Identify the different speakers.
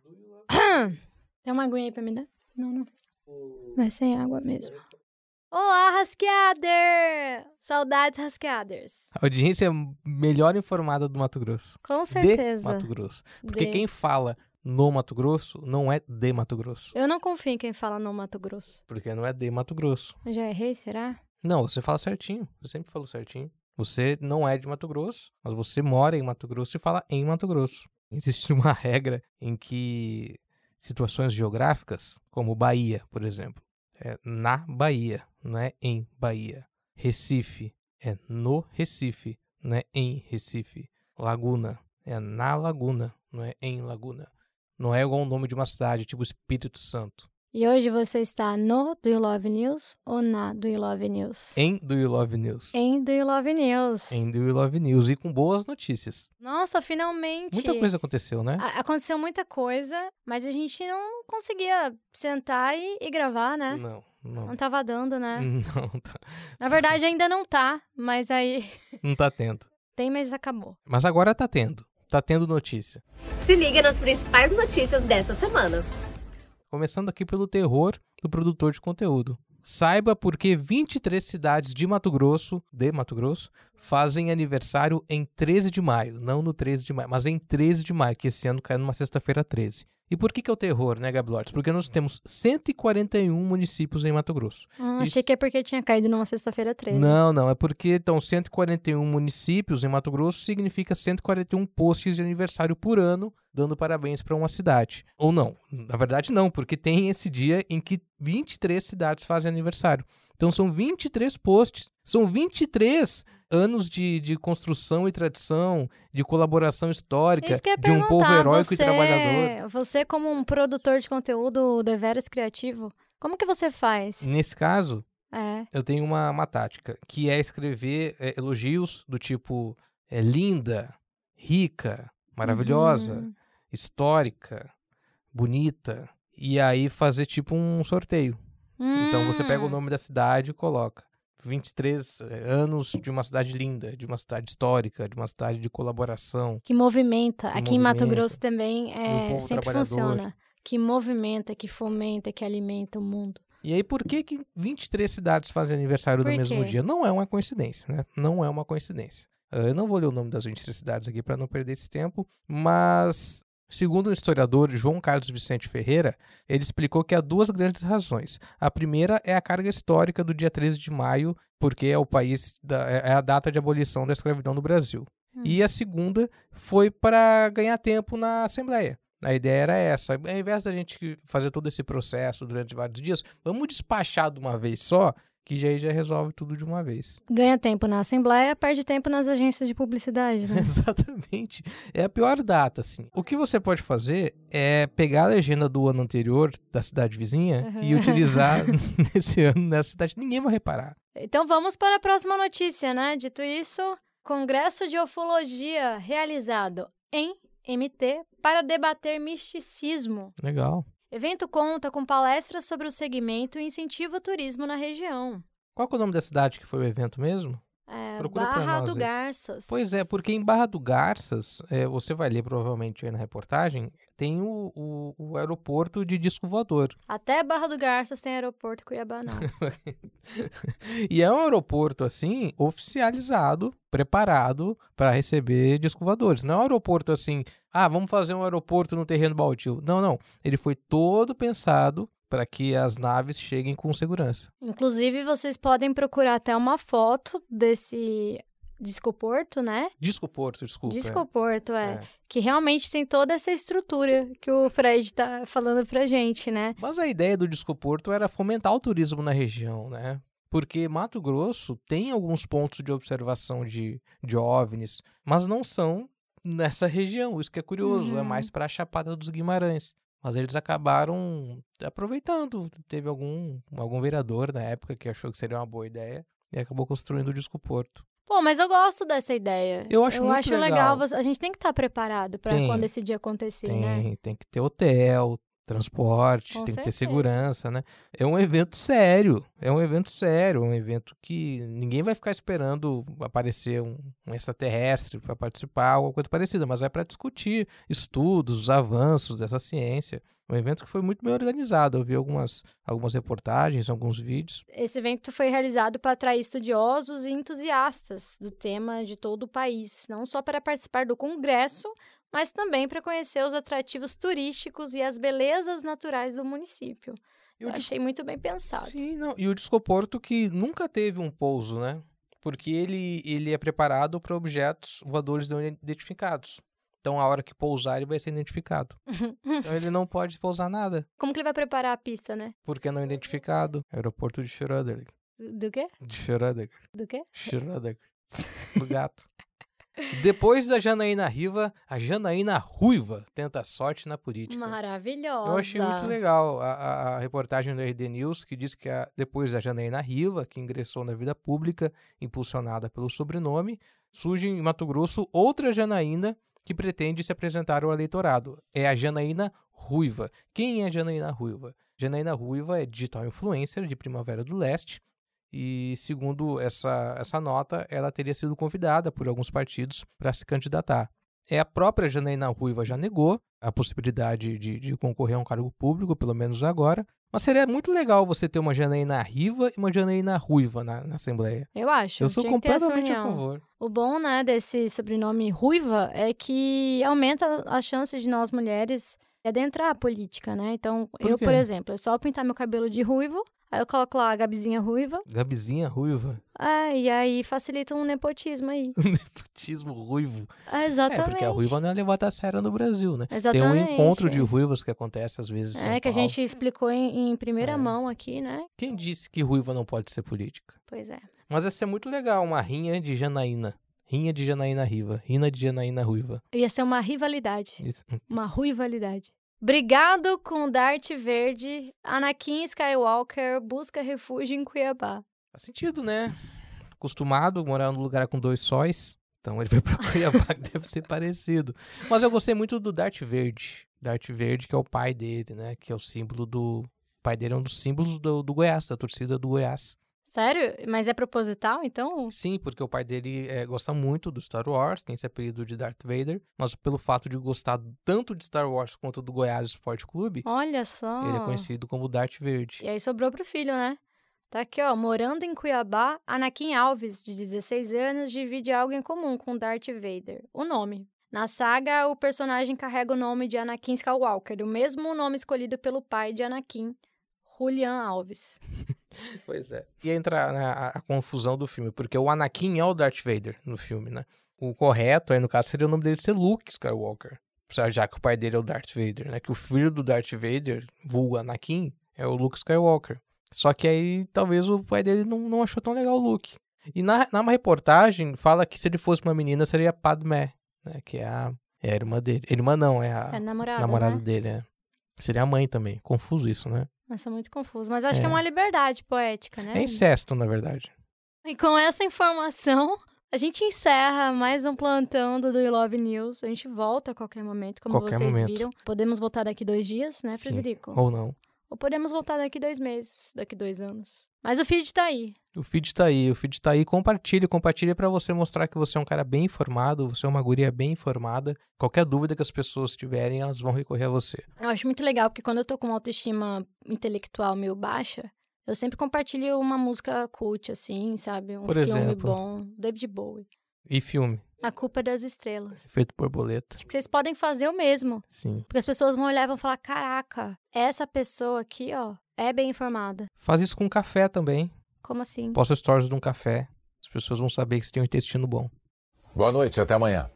Speaker 1: Tem uma aguinha aí pra me dar? Não. Vai sem água mesmo. Olá, Rasqueader! Saudades, Rasqueaders.
Speaker 2: A audiência melhor informada do Mato Grosso.
Speaker 1: Com certeza.
Speaker 2: De Mato Grosso. Porque quem fala no Mato Grosso não é de Mato Grosso.
Speaker 1: Eu não confio em quem fala no Mato Grosso.
Speaker 2: Porque não é de Mato Grosso.
Speaker 1: Eu já errei, será?
Speaker 2: Não, você fala certinho. Você sempre falou certinho. Você não é de Mato Grosso, mas você mora em Mato Grosso e fala em Mato Grosso. Existe uma regra em que situações geográficas, como Bahia, por exemplo, é na Bahia, não é em Bahia. Recife é no Recife, não é em Recife. Laguna é na Laguna, não é em Laguna. Não é igual o nome de uma cidade, tipo Espírito Santo.
Speaker 1: E hoje você está no Do You Love News ou na Do You Love News?
Speaker 2: Em Do You Love News.
Speaker 1: Em Do You Love News.
Speaker 2: Em Do You Love News. E com boas notícias.
Speaker 1: Nossa, finalmente.
Speaker 2: Muita coisa aconteceu, né?
Speaker 1: Aconteceu muita coisa, mas a gente não conseguia sentar e gravar, né?
Speaker 2: Não.
Speaker 1: Não tava dando, né?
Speaker 2: Não tá.
Speaker 1: Na verdade, ainda não tá, mas aí...
Speaker 2: Não tá tendo.
Speaker 1: Tem, mas acabou.
Speaker 2: Mas agora tá tendo. Tá tendo notícia.
Speaker 3: Se liga nas principais notícias dessa semana.
Speaker 2: Começando aqui pelo terror do produtor de conteúdo. Saiba por que 23 cidades de Mato Grosso, fazem aniversário em 13 de maio. Não no 13 de maio, mas em 13 de maio, que esse ano cai numa sexta-feira 13. E por que é o terror, né, Gabi Lordes? Porque nós temos 141 municípios em Mato Grosso.
Speaker 1: Achei que é porque tinha caído numa sexta-feira 13.
Speaker 2: Não. É porque, então, 141 municípios em Mato Grosso significa 141 posts de aniversário por ano, dando parabéns para uma cidade. Ou não. Na verdade, não, porque tem esse dia em que 23 cidades fazem aniversário. Então, são 23 posts. São 23 anos de construção e tradição, de colaboração histórica, de um povo heróico e trabalhador.
Speaker 1: Você, como um produtor de conteúdo deveras criativo, como que você faz?
Speaker 2: Nesse caso, eu tenho uma tática, que é escrever elogios do tipo linda, rica, maravilhosa, histórica, bonita, e aí fazer tipo um sorteio. Então você pega o nome da cidade e coloca 23 anos de uma cidade linda, de uma cidade histórica, de uma cidade de colaboração.
Speaker 1: Que movimenta. Aqui em Mato Grosso também sempre
Speaker 2: trabalhador.
Speaker 1: Funciona. Que movimenta, que fomenta, que alimenta o mundo.
Speaker 2: E aí, por que 23 cidades fazem aniversário no mesmo dia? Não é uma coincidência, né? Não é uma coincidência. Eu não vou ler o nome das 23 cidades aqui para não perder esse tempo, mas... Segundo o historiador João Carlos Vicente Ferreira, ele explicou que há duas grandes razões. A primeira é a carga histórica do dia 13 de maio, porque é a data de abolição da escravidão no Brasil. E a segunda foi para ganhar tempo na Assembleia. A ideia era essa. Ao invés da gente fazer todo esse processo durante vários dias, vamos despachar de uma vez só, que já resolve tudo de uma vez.
Speaker 1: Ganha tempo na Assembleia, perde tempo nas agências de publicidade, né?
Speaker 2: Exatamente. É a pior data, assim. O que você pode fazer é pegar a legenda do ano anterior da cidade vizinha e utilizar nesse ano nessa cidade. Ninguém vai reparar.
Speaker 1: Então vamos para a próxima notícia, né? Dito isso, Congresso de Ufologia realizado em MT para debater misticismo.
Speaker 2: Legal.
Speaker 1: Evento conta com palestras sobre o segmento e incentiva o turismo na região.
Speaker 2: Qual é o nome da cidade que foi o evento mesmo? Procura
Speaker 1: Barra do Garças.
Speaker 2: Pois é, porque em Barra do Garças, você vai ler provavelmente aí na reportagem, tem o aeroporto de disco voador.
Speaker 1: Até Barra do Garças tem aeroporto em Cuiabá, não.
Speaker 2: E é um aeroporto, assim, oficializado, preparado para receber disco voadores. Não é um aeroporto assim, vamos fazer um aeroporto no terreno baldio. Não. Ele foi todo pensado para que as naves cheguem com segurança.
Speaker 1: Inclusive, vocês podem procurar até uma foto desse Discoporto, né?
Speaker 2: Discoporto, desculpa.
Speaker 1: Discoporto, que realmente tem toda essa estrutura que o Fred tá falando pra gente, né?
Speaker 2: Mas a ideia do Discoporto era fomentar o turismo na região, né? Porque Mato Grosso tem alguns pontos de observação de OVNIs, mas não são nessa região. Isso que é curioso, é mais para a Chapada dos Guimarães. Mas eles acabaram aproveitando. Teve algum vereador na época que achou que seria uma boa ideia e acabou construindo o Discoporto.
Speaker 1: Pô, mas eu gosto dessa ideia.
Speaker 2: Eu acho muito legal.
Speaker 1: A gente tem que estar preparado para quando esse dia acontecer, né?
Speaker 2: Tem que ter hotel, transporte, tem que ter segurança, né? É um evento sério, é um evento que ninguém vai ficar esperando aparecer um extraterrestre para participar, alguma coisa parecida, mas vai para discutir estudos, os avanços dessa ciência. Um evento que foi muito bem organizado. Eu vi algumas reportagens, alguns vídeos.
Speaker 1: Esse evento foi realizado para atrair estudiosos e entusiastas do tema de todo o país, não só para participar do congresso, mas também para conhecer os atrativos turísticos e as belezas naturais do município. Eu achei muito bem pensado.
Speaker 2: Sim, não. E o Discoporto que nunca teve um pouso, né? Porque ele é preparado para objetos voadores não identificados. Então, a hora que pousar, ele vai ser identificado. Então, ele não pode pousar nada.
Speaker 1: Como que ele vai preparar a pista, né?
Speaker 2: Porque é não identificado. Aeroporto de Schrödinger.
Speaker 1: Do quê?
Speaker 2: De Schrödinger.
Speaker 1: Do quê?
Speaker 2: Schrödinger. Do gato. Depois da Janaína Riva, a Janaína Ruiva tenta sorte na política.
Speaker 1: Maravilhosa.
Speaker 2: Eu achei muito legal a reportagem do RD News, que diz que depois da Janaína Riva, que ingressou na vida pública, impulsionada pelo sobrenome, surge em Mato Grosso outra Janaína que pretende se apresentar ao eleitorado. É a Janaína Ruiva. Quem é a Janaína Ruiva? Janaína Ruiva é digital influencer de Primavera do Leste e, segundo essa nota, ela teria sido convidada por alguns partidos para se candidatar. A própria Janaína Ruiva já negou a possibilidade de concorrer a um cargo público, pelo menos agora. Mas seria muito legal você ter uma Janaína Riva e uma Janaína Ruiva na Assembleia.
Speaker 1: Eu acho.
Speaker 2: Eu sou completamente a favor.
Speaker 1: O bom, né, desse sobrenome Ruiva é que aumenta as chances de nós mulheres adentrar a política, né? Então, por exemplo, é só pintar meu cabelo de ruivo, aí eu coloco lá a Gabizinha Ruiva.
Speaker 2: Gabizinha Ruiva?
Speaker 1: E aí facilita um nepotismo aí.
Speaker 2: Um nepotismo ruivo.
Speaker 1: Exatamente.
Speaker 2: Porque a ruiva não é levada a sério no Brasil, né?
Speaker 1: Exatamente.
Speaker 2: Tem um encontro de ruivas que acontece às vezes em São Paulo.
Speaker 1: Que a gente explicou em primeira mão aqui, né?
Speaker 2: Quem disse que ruiva não pode ser política?
Speaker 1: Pois é.
Speaker 2: Mas ia ser muito legal, uma rinha de Janaína. Rinha de Janaína Riva. Rina de Janaína Ruiva.
Speaker 1: Ia ser uma rivalidade.
Speaker 2: Isso.
Speaker 1: Uma ruivalidade. Brigado com Darth Verde, Anakin Skywalker busca refúgio em Cuiabá.
Speaker 2: Faz sentido, né? Acostumado a morar num lugar com 2 sóis. Então ele vai pra Cuiabá, que deve ser parecido. Mas eu gostei muito do Darth Verde. Darth Verde, que é o pai dele, né? Que é o símbolo do... O pai dele é um dos símbolos do Goiás, da torcida do Goiás.
Speaker 1: Sério? Mas é proposital, então?
Speaker 2: Sim, porque o pai dele gosta muito do Star Wars, tem esse apelido de Darth Vader, mas pelo fato de gostar tanto de Star Wars quanto do Goiás Esporte Clube,
Speaker 1: olha só,
Speaker 2: ele é conhecido como Darth Verde.
Speaker 1: E aí sobrou pro filho, né? Tá aqui, ó, morando em Cuiabá, Anakin Alves, de 16 anos, divide algo em comum com Darth Vader, o nome. Na saga, o personagem carrega o nome de Anakin Skywalker, o mesmo nome escolhido pelo pai de Anakin, Julian Alves.
Speaker 2: Pois é. E entra a confusão do filme, porque o Anakin é o Darth Vader no filme, né? O correto aí, no caso, seria o nome dele ser Luke Skywalker, já que o pai dele é o Darth Vader, né? Que o filho do Darth Vader, vulgo Anakin, é o Luke Skywalker. Só que aí, talvez o pai dele não achou tão legal o Luke. E na reportagem, fala que se ele fosse uma menina, seria Padmé, né? Que é a irmã dele. Irmã não, é a namorada, né? Dele, é. Seria a mãe também. Confuso isso, né?
Speaker 1: Nossa, muito confuso. Mas acho que é uma liberdade poética, né?
Speaker 2: É incesto, na verdade.
Speaker 1: E com essa informação, a gente encerra mais um plantão do We Love News. A gente volta a qualquer momento, como vocês viram. Podemos voltar daqui 2 dias, né,
Speaker 2: Sim,
Speaker 1: Frederico?
Speaker 2: Ou não.
Speaker 1: Ou podemos voltar daqui 2 meses, daqui 2 anos. Mas o feed tá aí.
Speaker 2: O feed tá aí. Compartilha pra você mostrar que você é um cara bem informado, você é uma guria bem informada. Qualquer dúvida que as pessoas tiverem, elas vão recorrer a você.
Speaker 1: Eu acho muito legal, porque quando eu tô com uma autoestima intelectual meio baixa, eu sempre compartilho uma música cult, assim, sabe? Um filme bom, David Bowie.
Speaker 2: E filme?
Speaker 1: A Culpa é das Estrelas.
Speaker 2: Efeito Borboleta.
Speaker 1: Acho que vocês podem fazer o mesmo.
Speaker 2: Sim.
Speaker 1: Porque as pessoas vão olhar e vão falar, caraca, essa pessoa aqui, ó, é bem informada.
Speaker 2: Faz isso com café também.
Speaker 1: Como assim?
Speaker 2: Posta stories de um café. As pessoas vão saber que você tem um intestino bom.
Speaker 4: Boa noite, até amanhã.